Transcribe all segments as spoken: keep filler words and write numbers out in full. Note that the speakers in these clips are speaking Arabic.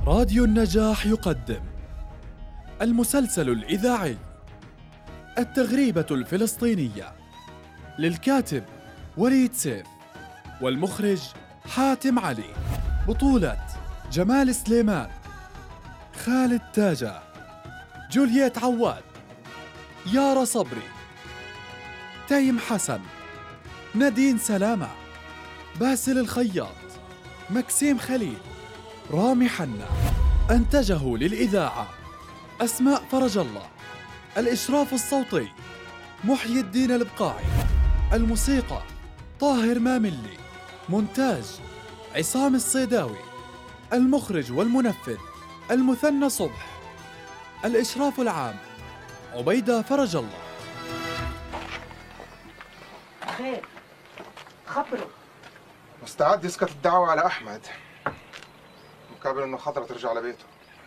راديو النجاح يقدم المسلسل الإذاعي التغريبة الفلسطينية للكاتب وليد سيف والمخرج حاتم علي. بطولة جمال سليمان، خالد تاجة، جولييت عواد، يارا صبري، تيم حسن، نادين سلامة، باسل الخياط، مكسيم خليل، رامي حنا. أنتجه للإذاعة أسماء فرج الله. الإشراف الصوتي محيي الدين البقاعي. الموسيقى طاهر ماملي. مونتاج عصام الصيداوي. المخرج والمنفذ المثنى صبح. الإشراف العام عبيدة فرج الله. خير، خبره. مستعد يسقط الدعوة على أحمد مقابل إنه خضرة ترجع لبيته،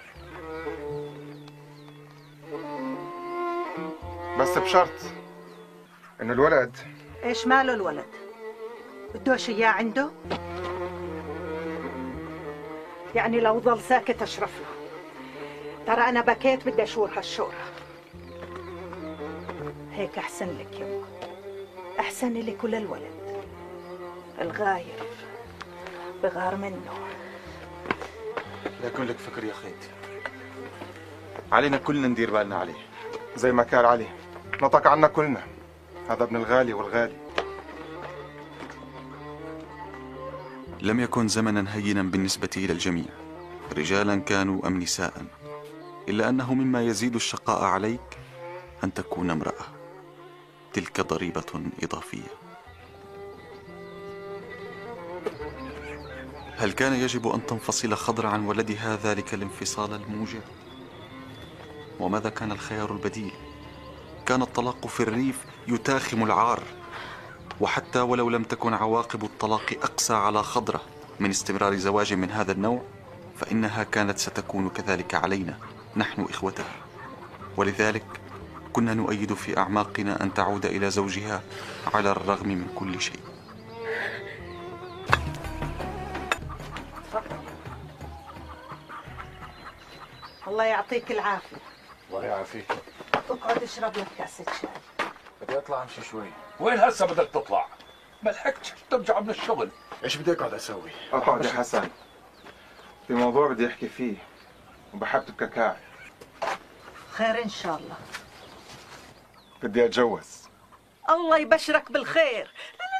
بس بشرط إنه الولد. ايش ماله الولد؟ بدوش اياه عنده؟ يعني لو ظل ساكت اشرف له. ترى انا بكيت بدي اشور هالشورى. هيك احسن لك يما، احسن لك وللولد. الغاير بغار منه. ليكن لك فكر يا خيتي، علينا كلنا ندير بالنا عليه. زي ما كان علي نطق عنا كلنا، هذا ابن الغالي والغالي. لم يكن زمنا هينا بالنسبة إلى الجميع، رجالا كانوا أم نساء، إلا أنه مما يزيد الشقاء عليك أن تكون امرأة. تلك ضريبة إضافية. هل كان يجب أن تنفصل خضر عن ولدها ذلك الانفصال الموجع؟ وماذا كان الخيار البديل؟ كان الطلاق في الريف يتاخم العار، وحتى ولو لم تكن عواقب الطلاق أقسى على خضرة من استمرار زواج من هذا النوع، فإنها كانت ستكون كذلك علينا نحن إخوتها. ولذلك كنا نؤيد في أعماقنا أن تعود إلى زوجها على الرغم من كل شيء. الله يعطيك العافية. الله يعافيك. اقعد اشرب لك كاسة شاي. بدي اطلع امشي شوي. وين هسه بدك تطلع؟ ما لحقتش ترجع من الشغل. ايش بدي اقعد اسوي؟ اقعد يا حسن، في موضوع بدي احكي فيه وبحبك ككاع. خير ان شاء الله. بدي اتجوز. الله يبشرك بالخير.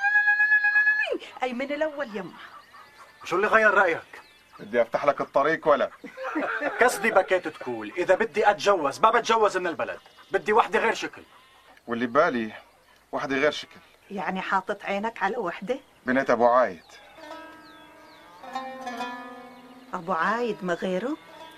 اي من الاول يما. شو اللي غير رايك؟ بدي افتح لك الطريق ولا كسدي بكيت تقول اذا بدي اتجوز ما بتجوز من البلد، بدي وحده غير شكل. واللي ببالي وحده غير شكل. يعني حاطط عينك على وحده؟ بنت ابو عايد. ابو عايد ما غيره؟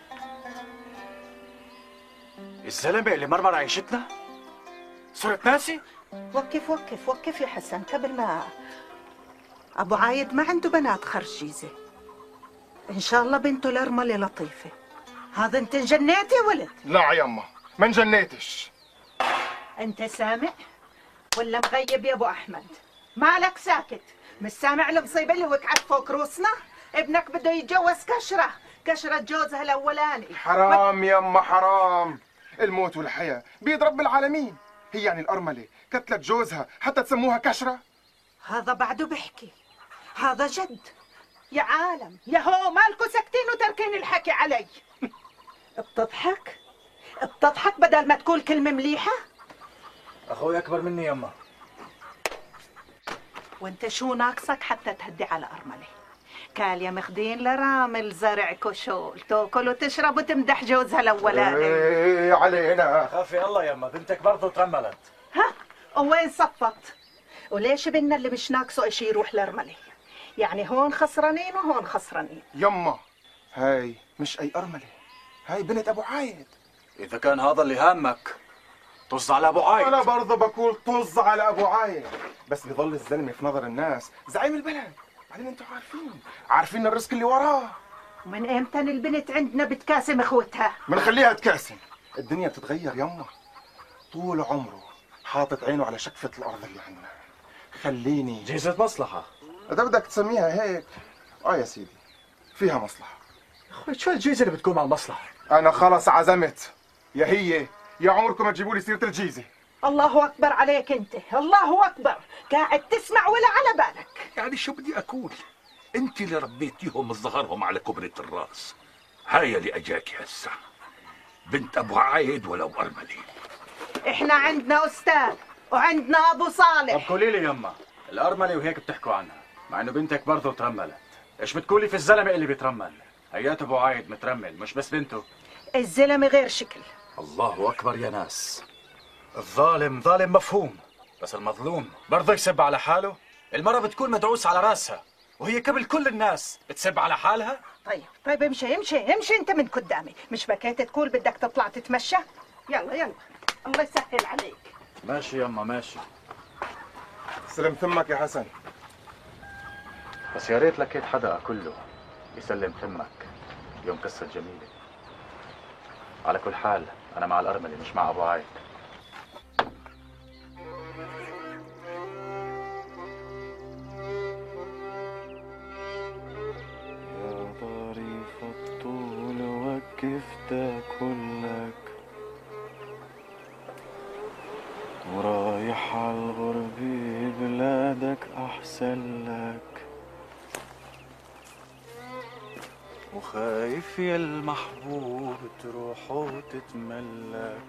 الزلمه اللي مرمر عيشتنا؟ صرت ناسي؟ وقف وقف وقف يا حسن قبل ما. ابو عايد ما عنده بنات خرشيزه، ان شاء الله بنته الارمله لطيفه. هذا انت انجنيت يا ولد؟ لا يما ما انجنيتش. انت سامع ولا مغيب يا ابو احمد؟ مالك ساكت؟ مش سامع المصيبه اللي وقعت فوق روسنا؟ ابنك بده يتجوز كشره، كشره جوزها الاولاني. حرام يما حرام، الموت والحياه بيد رب العالمين. هي يعني الارمله قتلت جوزها حتى تسموها كشره؟ هذا بعده بحكي، هذا جد. يا عالم يا هو مالكوا ساكتين وتركين الحكي علي؟ بتضحك؟ بتضحك بدل ما تقول كلمة مليحة؟ اخوي اكبر مني يما. وانت شو ناقصك حتى تهدي على أرملة؟ كال يا مخدين لرامل زرع كشول، تاكل وتشرب وتمدح جوزها الاولاني. ايه علينا. خافي الله يما، بنتك برضه ترملت. ها وين صفت؟ وليش بينا اللي مش ناقصه اشي يروح لأرملة؟ يعني هون خسرانين وهون خسرانين. يما هاي مش اي ارمله، هاي بنت ابو عايد. اذا كان هذا اللي هامك طز على ابو عايد. انا برضه بقول طز على ابو عايد، بس بيظل الزلمه في نظر الناس زعيم البلد. بعدين انتوا عارفين عارفين الرزق اللي وراه. ومن امتى البنت عندنا بتكاسم اخوتها؟ بنخليها تكاسم. الدنيا بتتغير يما. طول عمره حاطط عينه على شقفه الارض اللي عندنا. خليني جيزة مصلحة. اذا بدك تسميها هيك اه يا سيدي فيها مصلحه. شو الجيزة اللي بتكون مع المصلحة؟ انا خلص عزمت، يا هي يا عمركم ما تجيبوا لي سيره الجيزه. الله اكبر عليك انت، الله اكبر، قاعد تسمع ولا على بالك؟ يعني شو بدي اقول؟ انت اللي ربيتيهم مظهرهم على كبرة الراس. هاي اللي اجاكي هسه بنت ابو عايد ولو ارملي. احنا عندنا استاذ وعندنا ابو صالح. طب قولي لي يما، الأرملة وهيك بتحكوا عنها، مع إنه بنتك برضه ترملت، إيش بتقولي في الزلمة اللي بيترمل؟ هيات أبو عايد مترمل مش بس بنته. الزلمه غير شكل. الله أكبر يا ناس، الظالم ظالم مفهوم، بس المظلوم برضه يسب على حاله؟ المرة بتكون مدعوس على راسها، وهي قبل كل الناس بتسب على حالها؟ طيب طيب امشي امشي امشي انت من قدامي، مش بكيت تقول بدك تطلع تتمشى؟ يلا يلا الله يسهل عليك. ماشي يما ماشي. سلم ثمك يا حسن. بس يا ريت لكيت حدا كله يسلم ثمك يوم قصة جميلة. على كل حال أنا مع الأرملة مش مع أبو عايد. يا ظريف الطول وقفت كلك، ورايح عالغربة بلادك أحسن لك، وخايف يا المحبوب تروح وتتملك،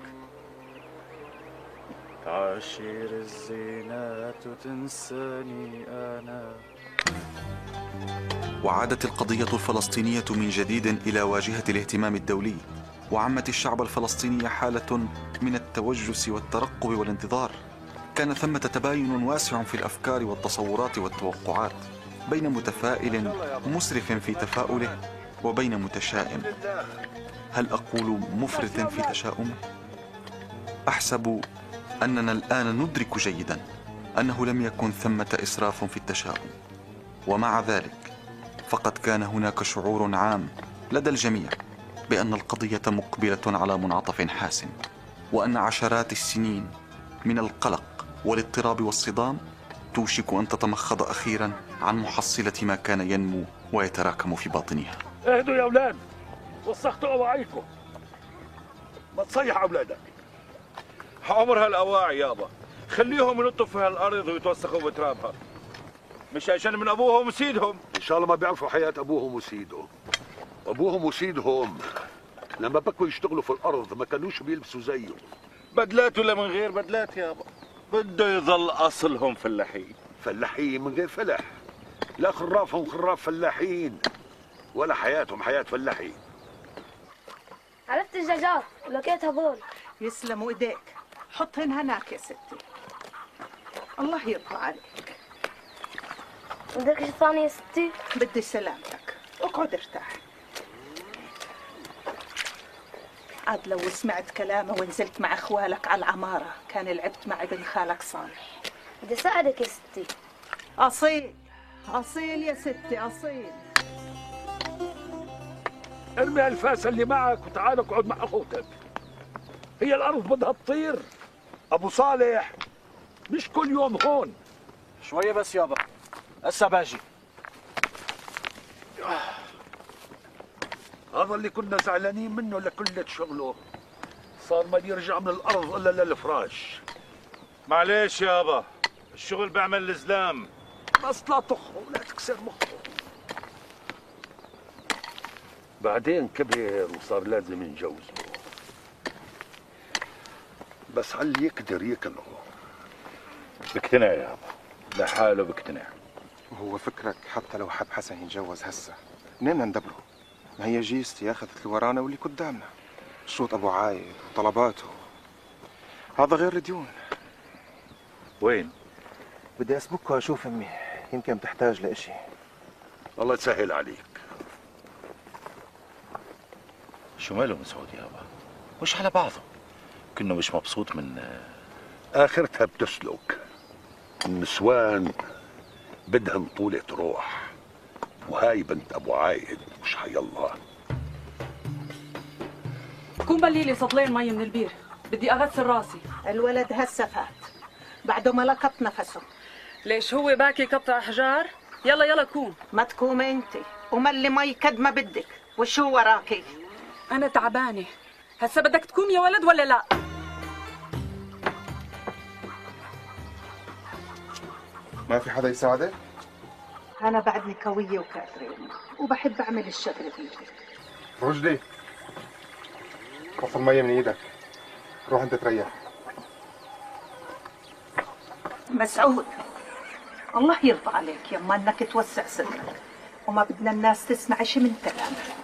تعاشر الزينات وتنساني أنا. وعادت القضية الفلسطينية من جديد إلى واجهة الاهتمام الدولي، وعمت الشعب الفلسطيني حالة من التوجس والترقب والانتظار. كان ثمة تباين واسع في الأفكار والتصورات والتوقعات، بين متفائل مسرف في تفاؤله وبين متشائم، هل أقول مفرط في تشاؤمه؟ أحسب أننا الآن ندرك جيدا أنه لم يكن ثمة إسراف في التشاؤم، ومع ذلك فقد كان هناك شعور عام لدى الجميع بأن القضية مقبلة على منعطف حاسم، وأن عشرات السنين من القلق والاضطراب والصدام توشك أن تتمخض أخيرا عن محصلة ما كان ينمو ويتراكم في باطنها. اهدوا يا اولاد، وسختوا اواعيكم، ما تصيح اولادك. عمر هالاواعي يابا، خليهم ينطوا في هالارض ويتوسخوا بترابها، مش عشان من ابوهم وسيدهم. ان شاء الله ما بيعرفوا حياة ابوهم وسيدهم. ابوهم وسيدهم لما بكوا يشتغلوا في الارض ما كانوش بيلبسوا زيهم. بدلات ولا من غير بدلات يابا، بده يظل اصلهم فلاحين. فلاحين من غير فلاح، لا خرافهم خراف فلاحين ولا حياتهم حياة فلاحين. عرفت الدجاج ولقيت هبول. يسلموا ايديك، حطهن هناك يا ستي. الله يرضى عليك. بدك شي ثاني يا ستي؟ بدي سلامتك، اقعد ارتاح. عاد لو سمعت كلامه ونزلت مع اخوالك على العمارة كان لعبت مع ابن خالك صالح. بدي اساعدك يا ستي. اصيل اصيل يا ستي اصيل. ارمي الفاسه اللي معك وتعال اقعد مع اخوتك. هي الارض بدها تطير. ابو صالح مش كل يوم هون. شوية بس يابا، هسا باجي. هذا اللي كنا زعلانين منه لكلة شغله، صار ما يرجع من الارض الا للفراش. معليش يابا، الشغل بيعمل الزلام. بس لا تخه ولا تكسر مخه. بعدين كبر وصار لازم نجوزه، بس هل يقدر يكنه؟ بقتنع يابا، لحاله بقتنع. وهو فكرك حتى لو حب حسن يتجوز هسه منين بدنا ندبره؟ ما هي جيزتي اخذت اللي ورانا واللي قدامنا، شروط ابو عايد وطلباته، هذا غير الديون. وين؟ بدي اسبك واشوف امي، يمكن بتحتاج لإشي. الله تسهل عليك. شو ماله مسعود يابا؟ مش على بعضه، كنه مش مبسوط من اخرتها بتسلك. النسوان بدهن طولة روح، وهاي بنت ابو عايد مش حي الله. كون بليلي سطلين مي من البير، بدي اغسل راسي. الولد هسه فات بعده ما لقط نفسه. ليش هو باكي قطع احجار؟ يلا يلا كوم. ما تقومي انت وملي مي قد ما بدك، وشو وراكي؟ أنا تعبانة. هسا بدك تكون يا ولد ولا لا؟ ما في حدا يساعدك؟ أنا بعدني قوية وكافرة وبحب أعمل الشغل بإيدي. رشدي وصل مية من ايدك، روح انت تريح. مسعود، الله يرضى عليك يما انك توسع صدرك، وما بدنا الناس تسمع شي من كلامك.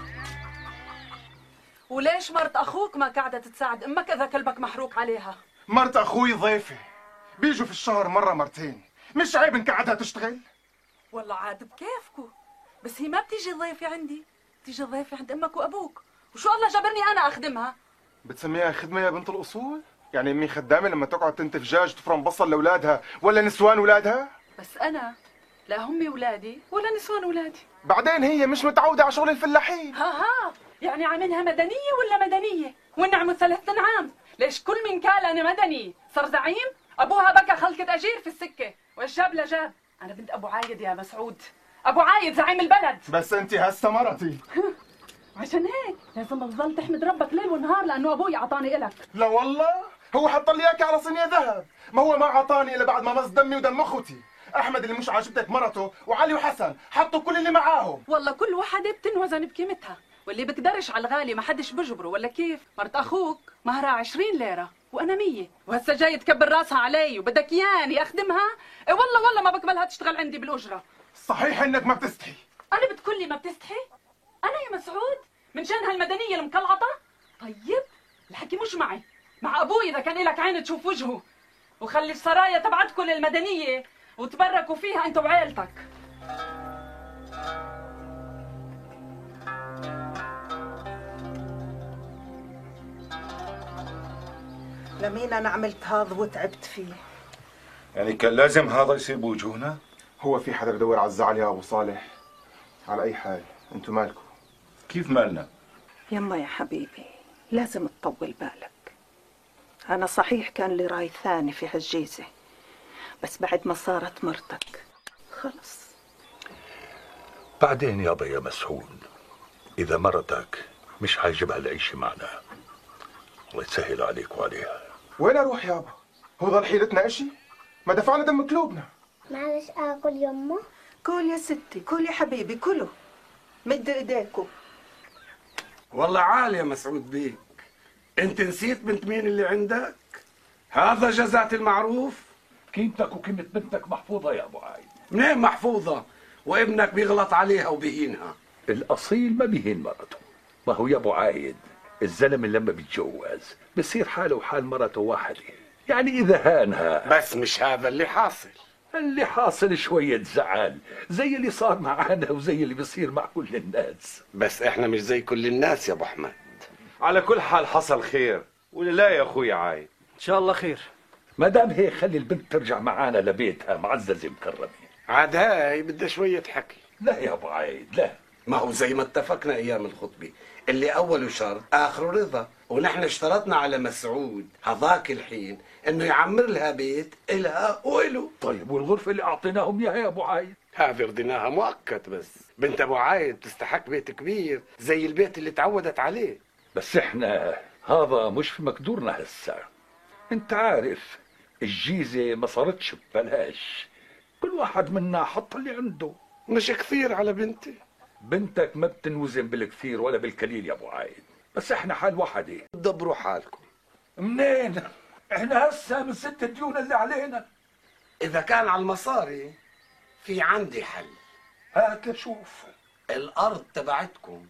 وليش مرت أخوك ما قاعدة تساعد أمك إذا كلبك محروق عليها؟ مرت اخوي ضيفة، بيجوا في الشهر مرة مرتين، مش عيب نقعدها تشتغل؟ والله عاد بكيفكو، بس هي ما بتيجي ضيفة عندي، بتيجي ضيفة عند أمك وأبوك، وشو الله جبرني أنا أخدمها؟ بتسميها خدمة يا بنت الأصول؟ يعني أمي خدامة لما تقعد تنتف دجاج تفرم بصل لأولادها ولا نسوان أولادها؟ بس أنا لا همي ولادي ولا نسوان ولادي. بعدين هي مش متعودة على شغل الفلاحين. ها ها، يعني عاملها مدنية ولا مدنية؟ والنعم ثلاث أنعام، ليش كل من قال أنا مدني صار زعيم؟ أبوها بكى خلقة أجير في السكة، وإيش جاب لجاب؟ أنا بنت أبو عايد يا مسعود، أبو عايد زعيم البلد. بس أنت هسه مرتي. عشان هيك لازم تضل تحمد ربك ليل ونهار لأنه أبوي أعطاني إلك. لا والله، هو حط لي إياك على صينية ذهب، ما هو ما أعطاني إلا بعد ما مص دمي ودم أخوتي. أحمد اللي مش عاجبتك مرته وعلي وحسن حطوا كل اللي معاهم. والله كل وحدة بتنوزن بقيمتها، واللي بقدرش على الغالي ما حدش بجبره ولا كيف؟ مرت أخوك مهرها عشرين ليرة وأنا مية، وهسه جاي تكبر راسها علي وبدك ياني أخدمها؟ إيه والله والله ما بقبلها تشتغل عندي بالأجرة. صحيح إنك ما بتستحي؟ أنا بتقول لي ما بتستحي؟ أنا يا مسعود من شان هالمدنية المكلعطة؟ طيب الحكي مش معي، مع أبوي إذا كان لك عين تشوف وجهه، وخلي السرايا تبعتكم للمدنية وتبركوا فيها أنت وعيلتك. لمين أنا عملت هذا وتعبت فيه؟ يعني كان لازم هذا يصير بوجوهنا؟ هو في حدا بدور على الزعل يا أبو صالح؟ على أي حال أنتوا مالكم؟ كيف مالنا؟ يما يا حبيبي لازم تطول بالك. أنا صحيح كان لي راي ثاني في هالجيزة، بس بعد ما صارت مرتك خلص. بعدين يابا يا مسعود، إذا مرتك مش عاجبها العيش معنا الله يسهل عليك وعليها. وين أروح يابا؟ هو ضل حيلتنا إشي؟ ما دفعنا دم قلوبنا. معلش آكل يمه؟ كل يا ستي، كل يا حبيبي، كله مد إيديكم. والله عال يا مسعود بيك، انت نسيت بنت مين اللي عندك؟ هذا جزعة المعروف. قيمتك وقيمة بنتك محفوظة يا أبو عايد. منين محفوظة؟ وابنك بيغلط عليها وبيهينها. الأصيل ما بيهين مرته، ما هو يا أبو عايد الزلمة لما بيتجوز بصير حاله وحال مرته واحدة، يعني إذا هانها. بس مش هذا اللي حاصل. اللي حاصل شوية زعل زي اللي صار معانا وزي اللي بيصير مع كل الناس. بس احنا مش زي كل الناس يا ابو احمد. على كل حال حصل خير ولا لا يا اخوي عايد؟ ان شاء الله خير. ما دام هيك خلي البنت ترجع معانا لبيتها معززة مكرمة. عاد هاي بدها شوية حكي. لا يا ابو عايد لا، ما هو زي ما اتفقنا ايام الخطبة اللي اوله شرط اخره رضا، ونحن اشترطنا على مسعود هذاك الحين انه يعمر لها بيت الها وإله. طيب والغرفة اللي اعطيناهم اياها يا ابو عايد؟ هذه رضيناها مؤقت، بس بنت ابو عايد تستحق بيت كبير زي البيت اللي تعودت عليه. بس احنا هذا مش في مقدورنا هسا، انت عارف الجيزة ما صارتش ببلاش، كل واحد منا حط اللي عنده. مش كثير على بنتي. بنتك ما بتنوزن بالكثير ولا بالقليل يا ابو عايد، بس احنا حال وحده. دبروا حالكم. منين؟ احنا هسه من ست الديون اللي علينا. اذا كان على المصاري في عندي حل. هات لشوف. الارض تبعتكم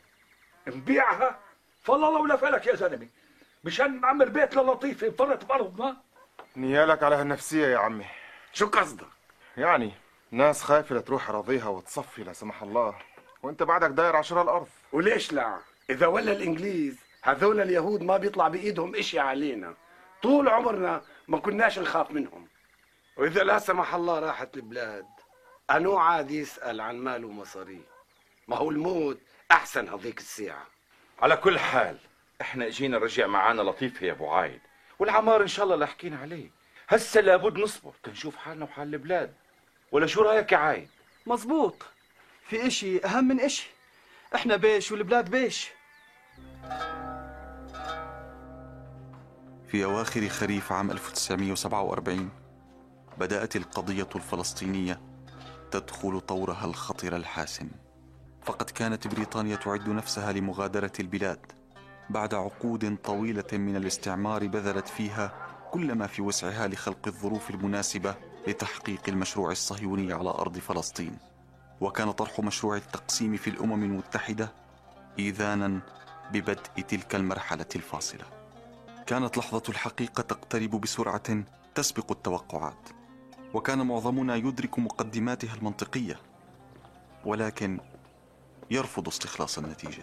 نبيعها؟ فالله لولا فلك يا زلمه، مشان نعمر بيت للطيفه فرط بارضنا. نيالك على هالنفسيه يا عمي. شو قصدك؟ يعني ناس خايفه لتروح اراضيها وتصفي لا سمح الله، وانت بعدك داير على شراء الارض. وليش لا؟ اذا ولا الانجليز هذول اليهود ما بيطلع بايدهم اشي علينا، طول عمرنا ما كناش نخاف منهم. واذا لا سمح الله راحت البلاد انو عاد يسال عن ماله ومصاريه؟ ما هو الموت احسن هذيك الساعه. على كل حال احنا اجينا رجع معانا لطيفه يا ابو عايد، والعمار ان شاء الله اللي حكينا عليه. هسه لابد نصبر تنشوف حالنا وحال البلاد، ولا شو رايك يا عايد؟ مزبوط، في اشي اهم من اشي. احنا بيش والبلاد بيش. في أواخر خريف عام ألف وتسعمئة وسبعة وأربعين بدأت القضية الفلسطينية تدخل طورها الخطر الحاسم، فقد كانت بريطانيا تعد نفسها لمغادرة البلاد بعد عقود طويلة من الاستعمار بذلت فيها كل ما في وسعها لخلق الظروف المناسبة لتحقيق المشروع الصهيوني على أرض فلسطين. وكان طرح مشروع التقسيم في الأمم المتحدة إذانا ببدء تلك المرحلة الفاصلة. كانت لحظة الحقيقة تقترب بسرعة تسبق التوقعات، وكان معظمنا يدرك مقدماتها المنطقية، ولكن يرفض استخلاص النتيجة.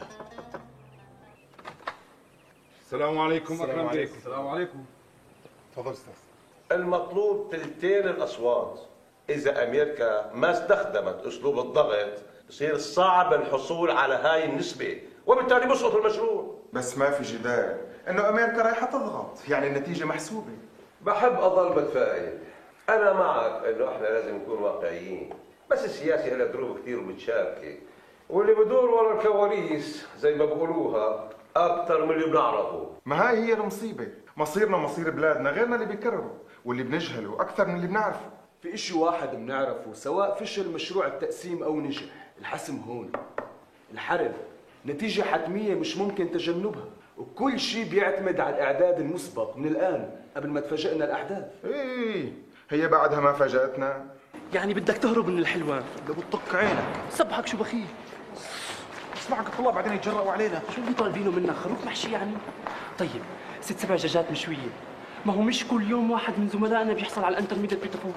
السلام عليكم. السلام عليكم. السلام عليكم. تفضل استاذ. المطلوب تلتين الاصوات. اذا امريكا ما استخدمت اسلوب الضغط بصير صعب الحصول على هاي النسبه، وبالتالي بسقط المشروع. بس ما في جدال انه امريكا رايحه تضغط، يعني النتيجه محسوبه. بحب اضل متفائل. انا معك انه احنا لازم نكون واقعيين، بس السياسه لها ظروف كثير متشابكه، واللي بدور ورا الكواليس زي ما بقولوها اكثر من اللي بنعرفه. ما هاي هي المصيبه، مصيرنا مصير بلادنا غيرنا اللي بيكرروا، واللي بنجهله اكثر من اللي بنعرفه. في اشي واحد بنعرفه، سواء فشل مشروع التقسيم او نجح، الحسم هون. الحرب نتيجة حتمية مش ممكن تجنبها، وكل شيء بيعتمد على الإعداد المسبق من الآن قبل ما تفاجئنا الأحداث. ايه هي بعدها ما فاجأتنا. يعني بدك تهرب من الحلوان؟ لو بتطق عينك سبحك شو بخيل. اسمعك الطلاب بعدين يتجرأوا علينا. شو اللي طالبينه منا؟ خروف محشي يعني؟ طيب ست سبع دجاجات مشوية، ما هو مش كل يوم واحد من زملائنا بيحصل على الانترميديت بتفوق.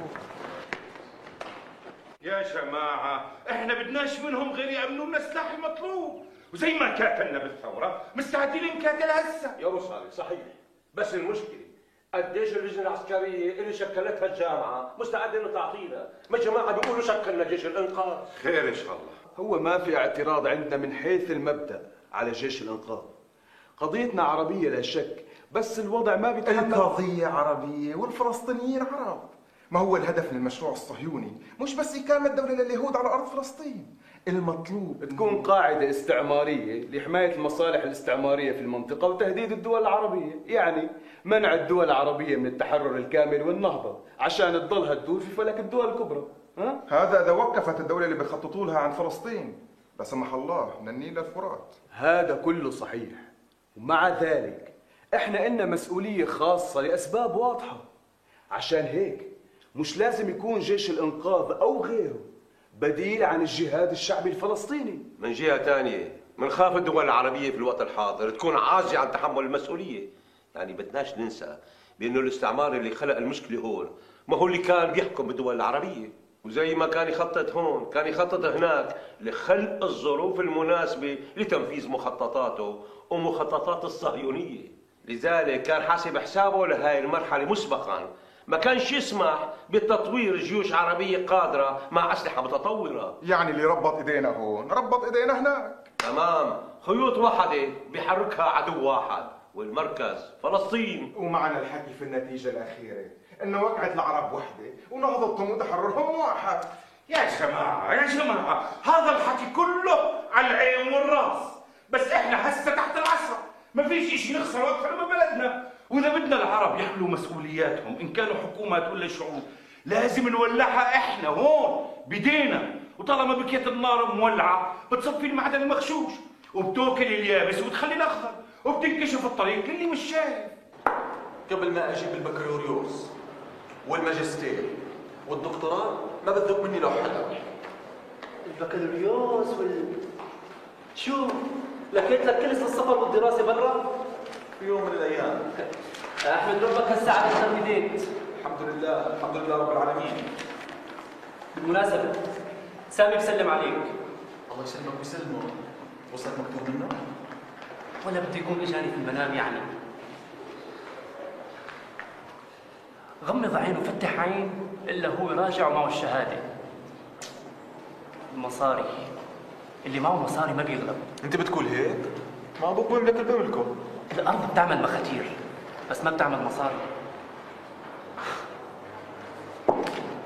يا جماعة احنا بدناش منهم غير يأمنوا لنا السلاح المطلوب، وزي ما كاتلنا بالثورة مستعدين نكاتل هسه. يا مصاري صحيح، بس المشكلة قديش اللجنة العسكرية اللي شكلتها الجامعة مستعدة انه تعطينا، ما جماعة بيقولوا شكلنا جيش الانقاذ. خير ان شاء الله. هو ما في اعتراض عندنا من حيث المبدأ على جيش الانقاذ. قضيتنا عربية لا شك، بس الوضع ما بيتحمل. القضية عربية والفلسطينيين عرب. ما هو الهدف من المشروع الصهيوني مش بس إقامة دولة لليهود على أرض فلسطين، المطلوب تكون قاعدة استعمارية لحماية المصالح الاستعمارية في المنطقة وتهديد الدول العربية، يعني منع الدول العربية من التحرر الكامل والنهضة عشان تضلها تدور في فلك الدول الكبرى. ها؟ هذا إذا وقفت الدولة اللي بيخططوا لها عن فلسطين، لا سمح الله، من النيل للفرات. هذا كله صحيح، ومع ذلك احنا إلنا مسؤولية خاصة لأسباب واضحة. عشان هيك مش لازم يكون جيش الإنقاذ أو غيره بديل عن الجهاد الشعبي الفلسطيني. من جهة ثانية منخاف الدول العربية في الوقت الحاضر تكون عاجزة عن تحمل المسؤولية. يعني بدناش ننسى بأنه الاستعمار اللي خلق المشكلة هون ما هو اللي كان بيحكم بالدول العربية، وزي ما كان يخطط هون كان يخطط هناك لخلق الظروف المناسبة لتنفيذ مخططاته ومخططات الصهيونية. لذلك كان حاسب حسابه لهاي المرحلة مسبقاً، ما كانش يسمح بتطوير جيوش عربية قادرة مع أسلحة متطورة. يعني اللي ربط إيدينا هون ربط إيدينا هناك. تمام، خيوط واحدة بيحركها عدو واحد، والمركز فلسطين. ومعنى الحكي في النتيجة الأخيرة إنه وقعت العرب وحدة ونهضتهم وتحررهم واحد. يا جماعة يا جماعة هذا الحكي كله على العين والراس، بس احنا هسه تحت العصا، ما فيش اشي نخسر وقت حلم بلدنا. واذا بدنا العرب يحملوا مسؤولياتهم ان كانوا حكومات ولا شعوب لازم نولعها احنا هون بايدينا، وطالما بكيت النار مولعه بتصفي المعدن المغشوش وبتوكل اليابس وتخلي الاخضر وبتنكشف الطريق للي مش شايف. قبل ما اجيب البكالوريوس والماجستير والدكتوراه ما بتذوق مني لو حدا. البكالوريوس وال شو لكيت لك كلس السفر والدراسه برا؟ في يوم من الايام. احمد ربك هسه على التمهيدات. الحمد لله الحمد لله رب العالمين. بالمناسبة سامي بسلم عليك. الله يسلمك ويسلمه. وصلك مكتوب منه؟ ولا بده يكون اجاني في المنام يعني. غمض عين وفتح عين الا هو راجع ومعه الشهادة. المصاري اللي معه مصاري ما بيغلب. انت بتقول هيك؟ ما ابوك بيملك اللي بيملكه. الارض بتعمل مخاتير بس ما بتعمل مصاري.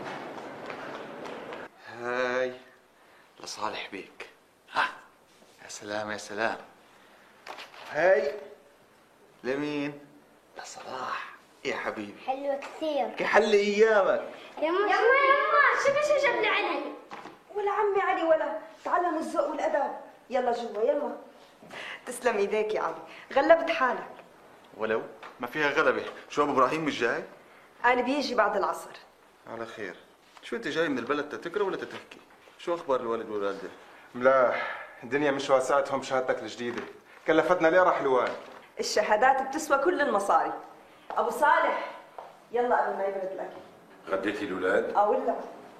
هاي لصالح بيك. ها يا سلام يا سلام. هاي لمين؟ لصلاح يا حبيبي. حلوة كثير. كحل ايامك. يا ماما يما شو بش جاب لي علي؟ ولا عمي علي ولا تعلموا الذوق والادب. يلا جوا يلا. تسلم ايديك يا علي، غلبت حالك. ولو ما فيها غلبة. شو ابو ابراهيم مش جاي؟ انا بيجي بعد العصر. على خير. شو انت جاي من البلد تتكره ولا تتحكي؟ شو اخبار الولد والوالده؟ ملاح، الدنيا مش واسعتهم بشهادتك الجديدة، كلفتنا ليرة حلوان. الشهادات بتسوى كل المصاري. ابو صالح يلا قبل ما يبرد لك. غديتي الاولاد؟ اه ولا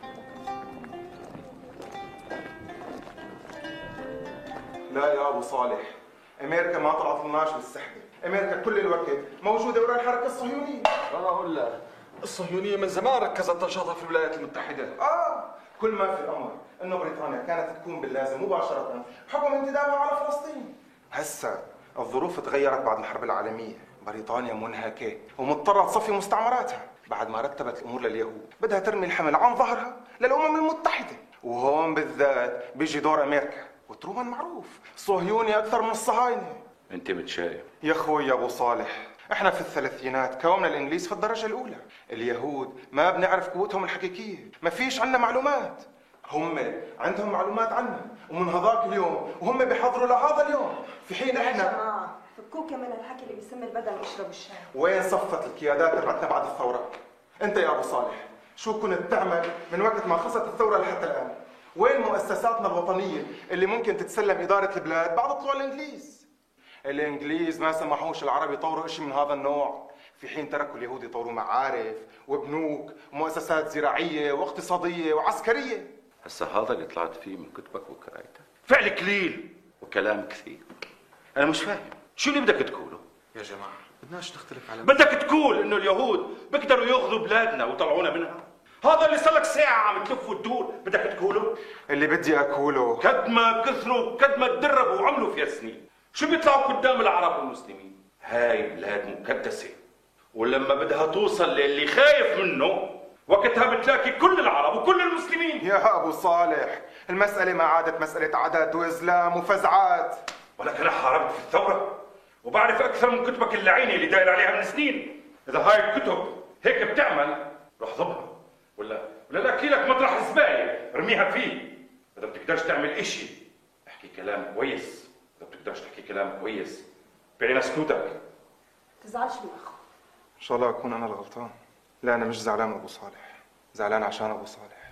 لا يا ابو صالح، امريكا ما طلعت لناش بالسحبة، امريكا كل الوقت موجودة وراء الحركة الصهيونية. اه ولا الصهيونية من زمان ركزت نشاطها في الولايات المتحدة. اه كل ما في الامر انه بريطانيا كانت تكون باللازم مباشرة حكم انتدابها على فلسطين. هسا الظروف تغيرت بعد الحرب العالمية، بريطانيا منهكة ومضطرة تصفي مستعمراتها بعد ما رتبت الامور لليهود، بدها ترمي الحمل عن ظهرها للامم المتحدة، وهون بالذات بيجي دور امريكا، وترومان معروف صهيوني اكثر من الصهاينة. انت متشائم يا اخوي يا ابو صالح، احنا في الثلاثينات كومنا الانجليز في الدرجة الاولى، اليهود ما بنعرف قوتهم الحقيقية، ما فيش عنا معلومات، هم عندهم معلومات عنا ومن هذاك اليوم وهم بيحضروا لهذا اليوم، في حين احنا يا جماعه فكوك من الحكي اللي بيسم البدن واشربوا الشاي. وين صفت القيادات تبعتنا بعد الثورة؟ انت يا ابو صالح شو كنت تعمل من وقت ما خلصت الثورة لحتى الان؟ وين مؤسساتنا الوطنية اللي ممكن تتسلم إدارة البلاد بعد طلوع الانجليز؟ الانجليز ما سمحوش العرب يطوروا شيء من هذا النوع، في حين تركوا اليهود يطوروا معارف وبنوك ومؤسسات زراعية واقتصادية وعسكرية. هسا هذا اللي طلعت فيه من كتبك وقرايتك فعل قليل وكلام كثير. انا مش فاهم شو اللي بدك تقوله يا جماعه. بدناش نختلف على بدك تقول انه اليهود بيقدروا ياخذوا بلادنا ويطلعونا منها؟ هذا اللي صار لك ساعه عم تلف وتدور بدك تقوله؟ اللي بدي اقوله قد ما كثروا قد ما تدربوا وعملوا فيها سنين، شو بيطلعوا قدام العرب والمسلمين؟ هاي بلاد مقدسه، ولما بدها توصل للي خايف منه وقتها بتلاقي كل العرب وكل المسلمين. يا ابو صالح المسألة ما عادت مسألة عدد وإسلام وفزعات. ولكن انا حاربت في الثورة وبعرف أكثر من كتبك اللعينة اللي داير عليها من سنين. إذا هاي الكتب هيك بتعمل روح ضبها، ولا ولا لاقي لك مطرح زبالة ارميها فيه. إذا بتقدرش تعمل إشي احكي كلام كويس، إذا بتقدرش تحكي كلام كويس بعين سكوتك. تزعلش من أخو. إن شاء الله أكون أنا الغلطان. لا أنا مش زعلان من أبو صالح، زعلان عشان أبو صالح.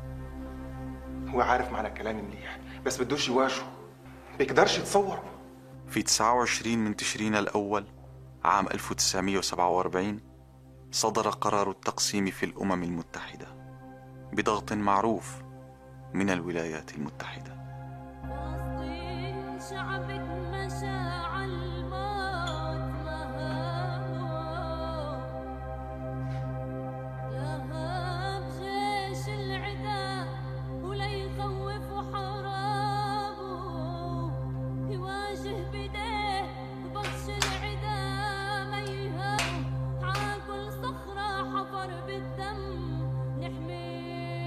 هو عارف معنى كلامي مليح بس بدوش يواجهه، بيقدرش يتصوره. في تسعة وعشرين من تشرين الأول عام ألف وتسعمئة وسبعة وأربعين صدر قرار التقسيم في الأمم المتحدة بضغط معروف من الولايات المتحدة. فلسطين شعبك مشى عالموت لهب جيش العدا وليخوف حرابه يواجه بديه بطش العدا ميهاب عاكل صخرة حفر بالدم نحميها.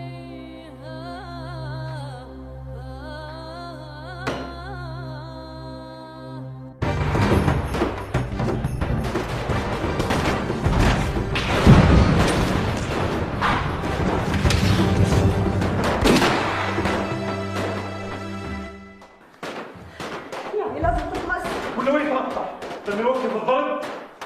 يعني لازم تخلص. ولا وين تقطع؟ بدنا نوقف الضرب؟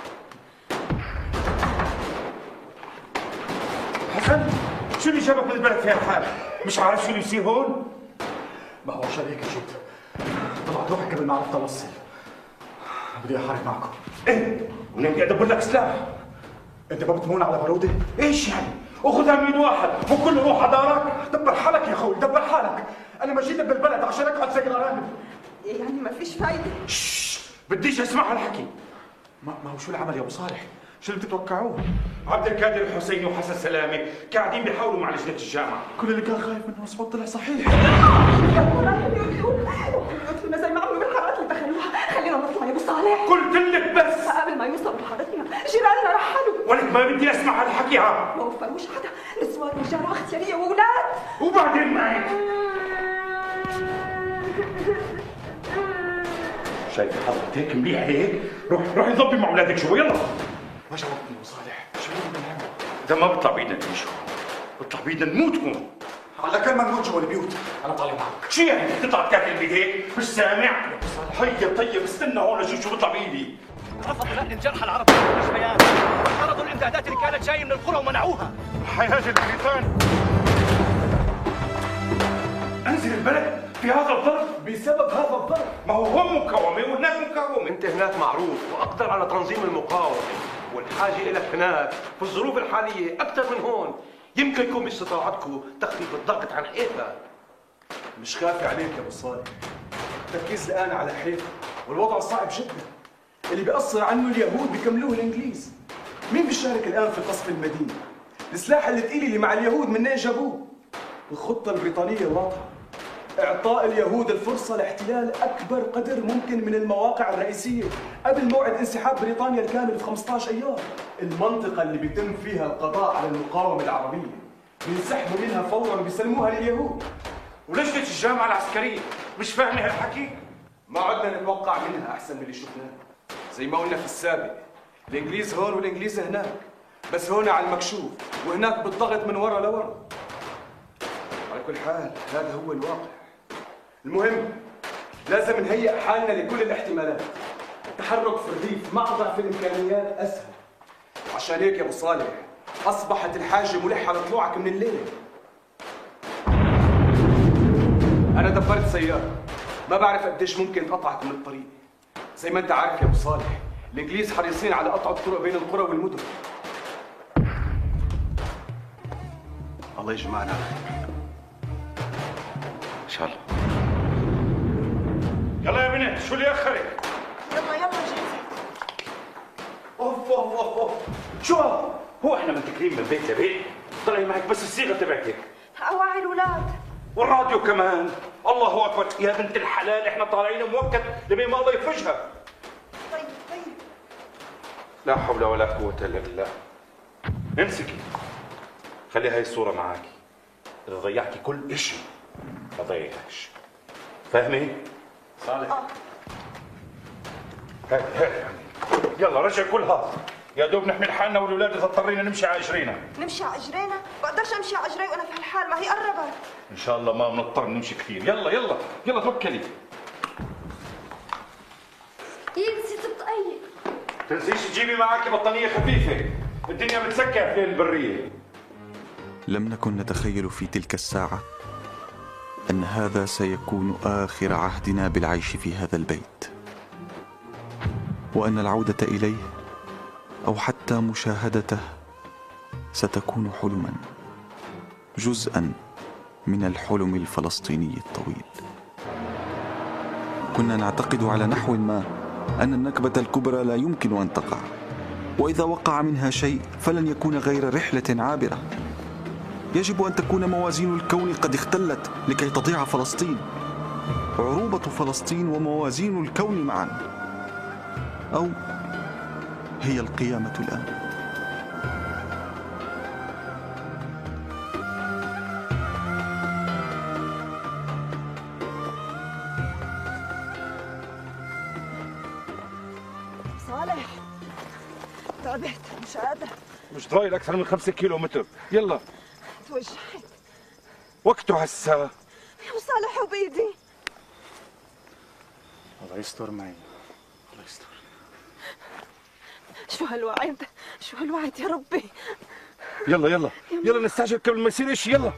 حسن شو اللي جابك من البلد في هالحال؟ مش عارف شو اللي بيصير هون؟ ما هو عشان هيك جيت. طلعت روحي قبل ما عرفت اوصل. بدي احارب معكم. ايه؟ ولين بدي ادبر لك سلاح؟ انت ما بتمون على بارودي؟ ايش يعني؟ اخذها من واحد وكله روح على دارك؟ دبر حالك يا اخوي دبر حالك. انا ما جيت بالبلد عشان اقعد ساكن ارانب. يعني ما فيش فايدة. شش بديش اسمع هالحكي. ما, ما هو شو العمل يا ابو صالح؟ شو اللي بتتوقعوه؟ عبد القادر الحسيني وحسن سلامه قاعدين بيحاولوا مع لجنة الجامعة. كل اللي كان خايف منه اصبت طلع صحيح. يقتلونا زي ما عملوا بالحارات اللي دخلوها. خلينا نطلع يا ابو صالح. قلت لك بس قبل ما يوصلوا لحارتنا جيراننا رحلوا. ولك ما بدي اسمع هالحكي ها. ما وفروش حدا، نسوان ورجال واختياريه واولاد. وبعدين معك شايف حضرتك هيك مليح هيك؟ روح روح يضبي مع اولادك شوي يلا. ما جاوبتني ابو صالح، شو بدنا نعمل؟ اذا ما بيطلع بايدنا نعيش بيطلع بايدنا نموت هون. على الاقل ما نموت جوا البيوت، انا طالع معك. شو يعني تطلع تاكل بايد هيك؟ مش سامع؟ هيا طيب استنى هون اشوف شو بيطلع بايدي. رفضوا نقل الجرحى العرب من المستشفيات، وطردوا الامدادات اللي كانت جايه من القرى ومنعوها. حياة البريطاني انزل البلد في هذا الظرف بسبب هذا الظرف. ما هو هون مقاومه وهناك مقاومه. انت هناك معروف واقدر على تنظيم المقاومه، والحاجه لك هناك في الظروف الحاليه اكثر من هون. يمكن يكون باستطاعتكم تخفيف الضغط عن حيفا. مش خافي عليك يا ابو صالح، التركيز الان على حيفا والوضع صعب جدا. اللي بيأثر عنه اليهود بيكملوه الانجليز. مين بيشارك الان في قصف المدينه؟ السلاح الثقيل اللي مع اليهود منين جابوه؟ الخطه البريطانيه واضحه، اعطاء اليهود الفرصه لاحتلال اكبر قدر ممكن من المواقع الرئيسيه قبل موعد انسحاب بريطانيا الكامل في خمسة عشر ايام. المنطقه اللي بيتم فيها القضاء على المقاومه العربيه بينسحبوا منها فورا وبيسلموها لليهود. وليش ليش الجامعه العسكريه مش فاهمه هالحكي؟ ما عدنا نتوقع منها احسن من اللي شفناه. زي ما قلنا في السابق، الانجليز هون والانجليز هناك، بس هون على المكشوف وهناك بالضغط من ورا لورا. على كل حال هذا هو الواقع. المهم لازم نهيئ حالنا لكل الاحتمالات. التحرك في الريف مع ضعف الامكانيات اسهل. وعشان هيك يا ابو صالح اصبحت الحاجه ملحه لطلوعك من الليله. انا دبرت سياره، ما بعرف قديش ممكن تقطعك من الطريق. زي ما انت عارف يا ابو صالح، الانجليز حريصين على قطع الطرق بين القرى والمدن. الله يجمعنا ان شاء الله. يلا يا بنت شو اللي اخرك؟ يلا يلا جهزت. اوف اوف اوف اوف شو هو احنا منتقلين من بيت لبيت؟ طلعي معك بس الصيغه تبعتك. اوعي الاولاد. والراديو كمان. الله اكبر يا بنت الحلال، احنا طالعين مؤكد لبين ما الله يفرجها. طيب طيب. لا حول ولا قوه الا بالله. امسكي خلي هاي الصوره معاكي، اذا ضيعتي كل شيء ما ضيعتش. فاهمه؟ صالح. اه هاي هاي يلا رجع كل هذا، يا دوب نحمل حالنا والاولاد اذا اضطرينا نمشي على اجرينا. نمشي على اجرينا؟ بقدرش امشي على اجري وانا في هالحال، ما هي قربت. ان شاء الله ما بنضطر نمشي كثير. يلا يلا يلا توكلي. ينسي تطقي. تنسيش تجيبي معك بطانيه خفيفه، الدنيا متسكر في الليل البريه. لم نكن نتخيل في تلك الساعة أن هذا سيكون آخر عهدنا بالعيش في هذا البيت، وأن العودة إليه أو حتى مشاهدته ستكون حلما، جزءا من الحلم الفلسطيني الطويل. كنا نعتقد على نحو ما أن النكبة الكبرى لا يمكن أن تقع، وإذا وقع منها شيء فلن يكون غير رحلة عابرة. يجب أن تكون موازين الكون قد اختلت لكي تضيع فلسطين. عروبة فلسطين وموازين الكون معا، أو هي القيامة الآن. صالح تعبت مش قادرة. مش ضايل اكثر من خمسة كيلو متر. يلا توجعت وقته هسا. يا صالح وبيدي. الله يستر معي، الله يستر. شو هالوعد، شو هالوعد يا ربي. يلا يلا يلا نستعجل قبل ما يصير شيء. يلا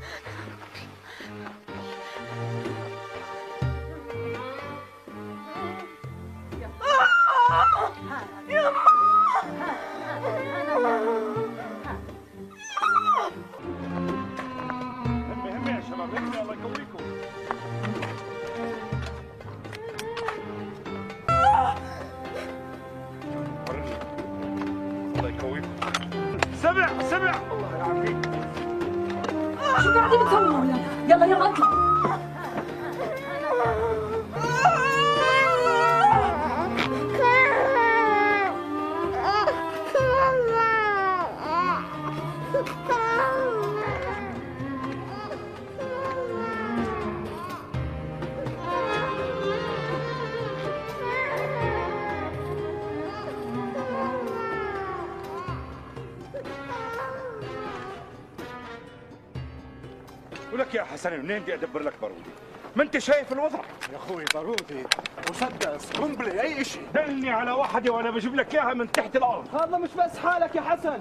سمع سمع. الله يعافيك. شو قاعدين بتسووا ولاد؟ يلا يلا اطلع. ولك يا حسن منين بدي ادبر لك بارودي؟ ما انت شايف الوضع يا اخوي بارودي مسدس قنبله اي شيء. دلني على واحده وانا بجيب لك اياها من تحت الارض. هذا مش بس حالك يا حسن.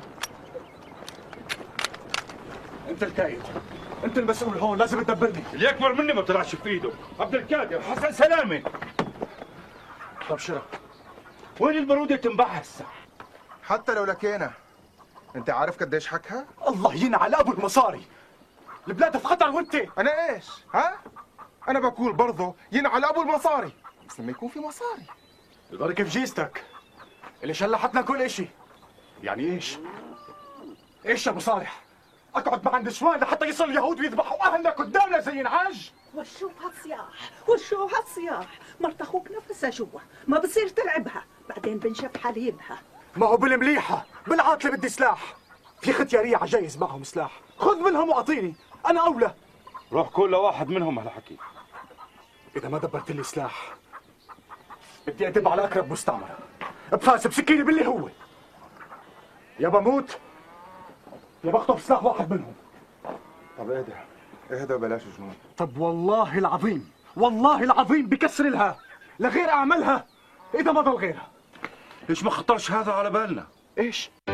انت الكايد، انت المسؤول هون، لازم تدبرني. اللي اكبر مني ما طلعش في ايده. عبد القادر حسن سلامه. طب شرف وين البارودة تنباع هسه؟ حتى لو لكينا انت عارف قديش حكها؟ الله ينعل ابو المصاري. البلاد في خطر وانت. انا ايش؟ ها؟ انا بقول برضه ينعل ابو المصاري بس لما يكون في مصاري. يضلك في جيزتك اللي شلحتنا كل اشي. يعني ايش؟ ايش يا ابو صالح؟ اقعد مع النسوان لحتى يصل اليهود ويذبحوا اهلنا قدامنا زي انعاج؟ وشو هالصياح؟ وشو هالصياح؟ مرت اخوك نفسها جوا، ما بصير تلعبها، بعدين بنشف حليبها. ما هو بالمليحة، بالعاطلة بدي سلاح. في ختيارية عجايز معهم سلاح، خذ منهم واعطيني، أنا أولى. روح كل واحد منهم هالحكي. إذا ما دبرت لي سلاح بدي أدب على أقرب مستعمرة، بفاس بسكيني باللي هو. يا بموت يا بخطف سلاح واحد منهم. طب اهدى اهدى وبلاش جنون. طب والله العظيم والله العظيم بكسر لها لغير أعملها إذا ما ضل غيرها. ليش ما خطرش هذا على بالنا؟ إيش؟